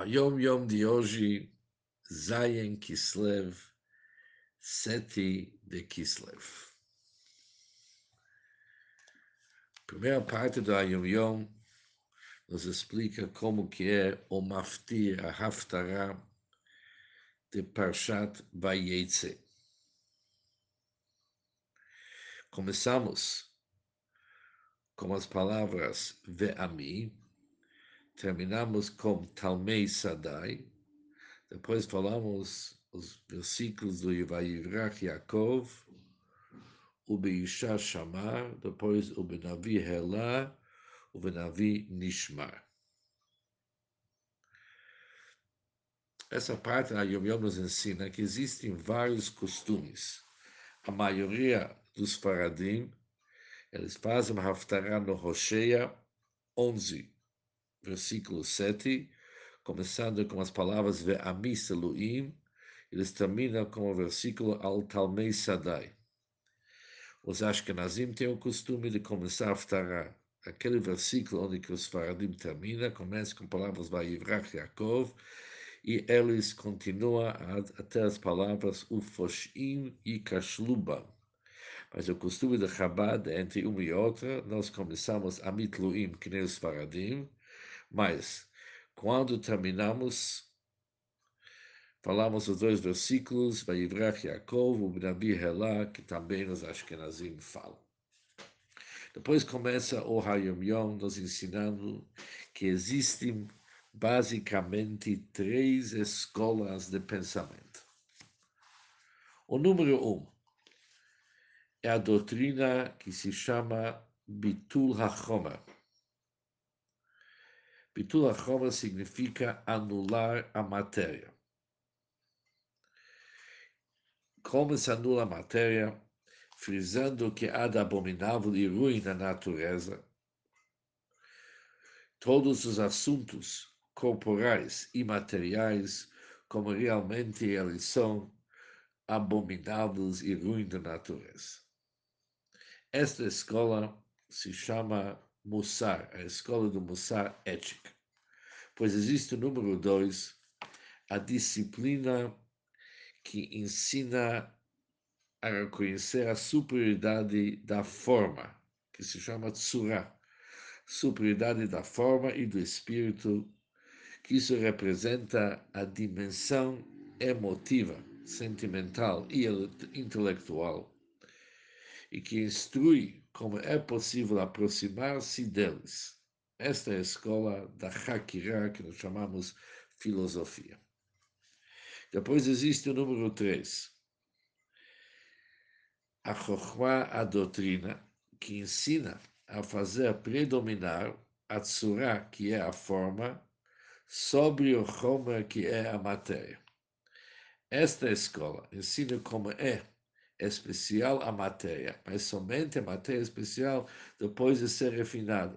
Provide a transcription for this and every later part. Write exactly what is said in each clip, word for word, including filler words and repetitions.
A Yom Yom de hoje, Zayen Kislev, sete de Kislev. Primeira parte do Yom Yom nos explica como que é o Maftir, a Haftarah de Parshat Vayetze. Começamos com as palavras Ve'ami, terminamos com Talmei Sadai, depois falamos os versículos do Vayivrach Yaakov, o Beisha Shamar, depois o Benavi Helá, o Benavi Nishmar. Essa parte da Yom Yom nos ensina que existem vários costumes. A maioria dos Faradim, eles fazem uma Haftarah no Hosheia onze, versículo sete, começando com as palavras Ve'ami Seluim, eles terminam com o versículo Al Talmei Sadai. Os Ashkenazim têm o costume de começar a Haftarah. Aquele versículo onde que os Faradim termina, começa com palavras Vayivrach Yaakov, e eles continuam até as palavras Ufoshim e Kashlubam. Mas o costume de Chabad, entre uma e outra, nós começamos Amit Luim, que nem os Faradim, mas quando terminamos, falamos os dois versículos, Vayivrach Yaakov, o Benavi Helá, que também os Ashkenazim falam. Depois começa o Hayom Yom nos ensinando que existem basicamente três escolas de pensamento. O número um é a doutrina que se chama Bitul HaChomer. Bitul HaChomer significa anular a matéria. Como se anula a matéria? Frisando que há de abominável e ruim na natureza. Todos os assuntos corporais e materiais, como realmente eles são, abomináveis e ruins da natureza. Esta escola se chama Mussar, a escola do Mussar ética, pois existe o número dois, a disciplina que ensina a reconhecer a superioridade da forma, que se chama Tzura, superioridade da forma e do espírito, que isso representa a dimensão emotiva, sentimental e intelectual, e que instrui como é possível aproximar-se deles. Esta é a escola da Hakirah, que nós chamamos filosofia. Depois existe o número três, a Chokhmah, a doutrina, que ensina a fazer predominar a Tzura, que é a forma, sobre o Chomer, que é a matéria. Esta escola ensina como é especial a matéria, mas somente a matéria especial depois de ser refinada.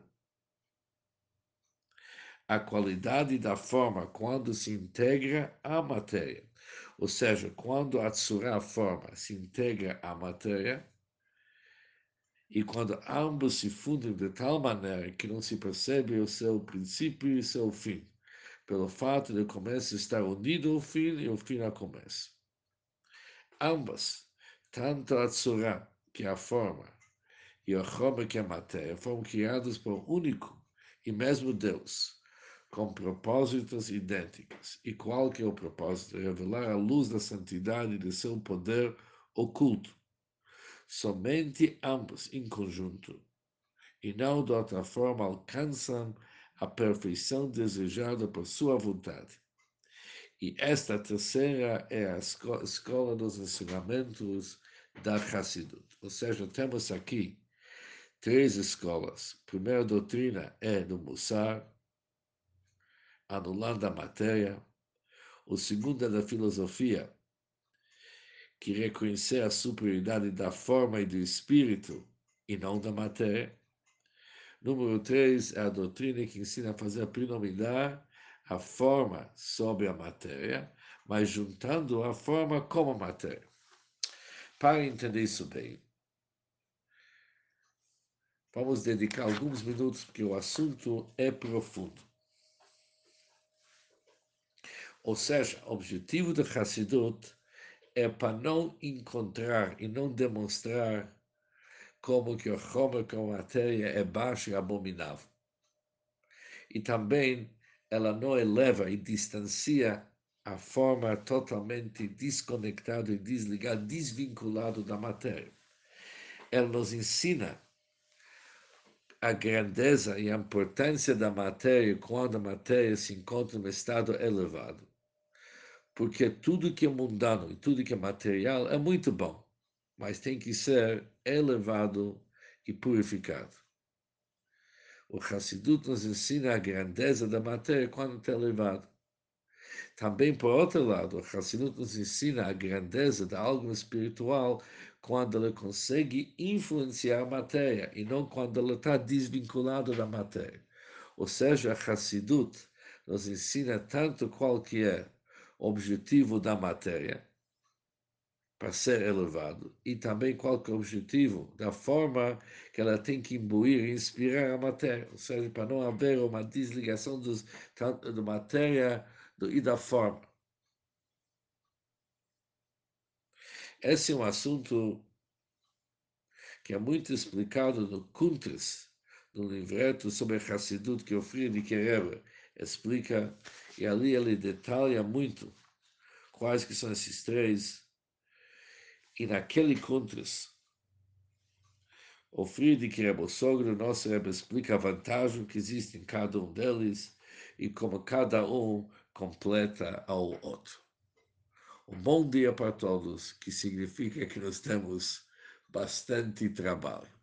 A qualidade da forma quando se integra à matéria, ou seja, quando a Tzura, a forma, se integra à matéria, e quando ambos se fundem de tal maneira que não se percebe o seu princípio e o seu fim, pelo fato de o começo estar unido ao fim e o fim ao começo. Ambas, tanto a Tzura, que é a forma, e o Chomer, que é a matéria, foram criados por um único e mesmo Deus, com propósitos idênticos. E qual que é o propósito? Revelar a luz da santidade de seu poder oculto. Somente ambos em conjunto, e não de outra forma, alcançam a perfeição desejada por sua vontade. E esta terceira é a esco- escola dos ensinamentos da Hassidut. Ou seja, temos aqui três escolas. A primeira doutrina é do Mussar, anulando a matéria. O segundo é da filosofia, que reconhecer a superioridade da forma e do espírito, e não da matéria. Número três é a doutrina que ensina a fazer predominar a forma sobre a matéria, mas juntando a forma como a matéria. Para entender isso bem, vamos dedicar alguns minutos, porque o assunto é profundo. Ou seja, o objetivo do Hassidut é para não encontrar e não demonstrar como que o Homer, como a matéria, é baixo e abominável. E também ela não eleva e distancia a forma totalmente desconectado e desligado, desvinculado da matéria. Ela nos ensina a grandeza e a importância da matéria quando a matéria se encontra em um estado elevado. Porque tudo que é mundano e tudo que é material é muito bom, mas tem que ser elevado e purificado. O Hassidut nos ensina a grandeza da matéria quando está elevado. Também, por outro lado, o Hassidut nos ensina a grandeza da alma espiritual quando ela consegue influenciar a matéria e não quando ela está desvinculada da matéria. Ou seja, a Hassidut nos ensina tanto qual que é o objetivo da matéria para ser elevado e também qual que é o objetivo da forma que ela tem que imbuir e inspirar a matéria, ou seja, para não haver uma desligação dos, tanto da matéria do, e da forma. Esse é um assunto que é muito explicado no Kuntres, no livreto sobre Hassidut que o Friedrich Rebbe explica, e ali ele detalha muito quais que são esses três, e naquele Kuntres, o Friedrich Rebbe, o sogro nosso Rebbe, explica a vantagem que existe em cada um deles e como cada um completa ao outro. Um bom dia para todos, que significa que nós temos bastante trabalho.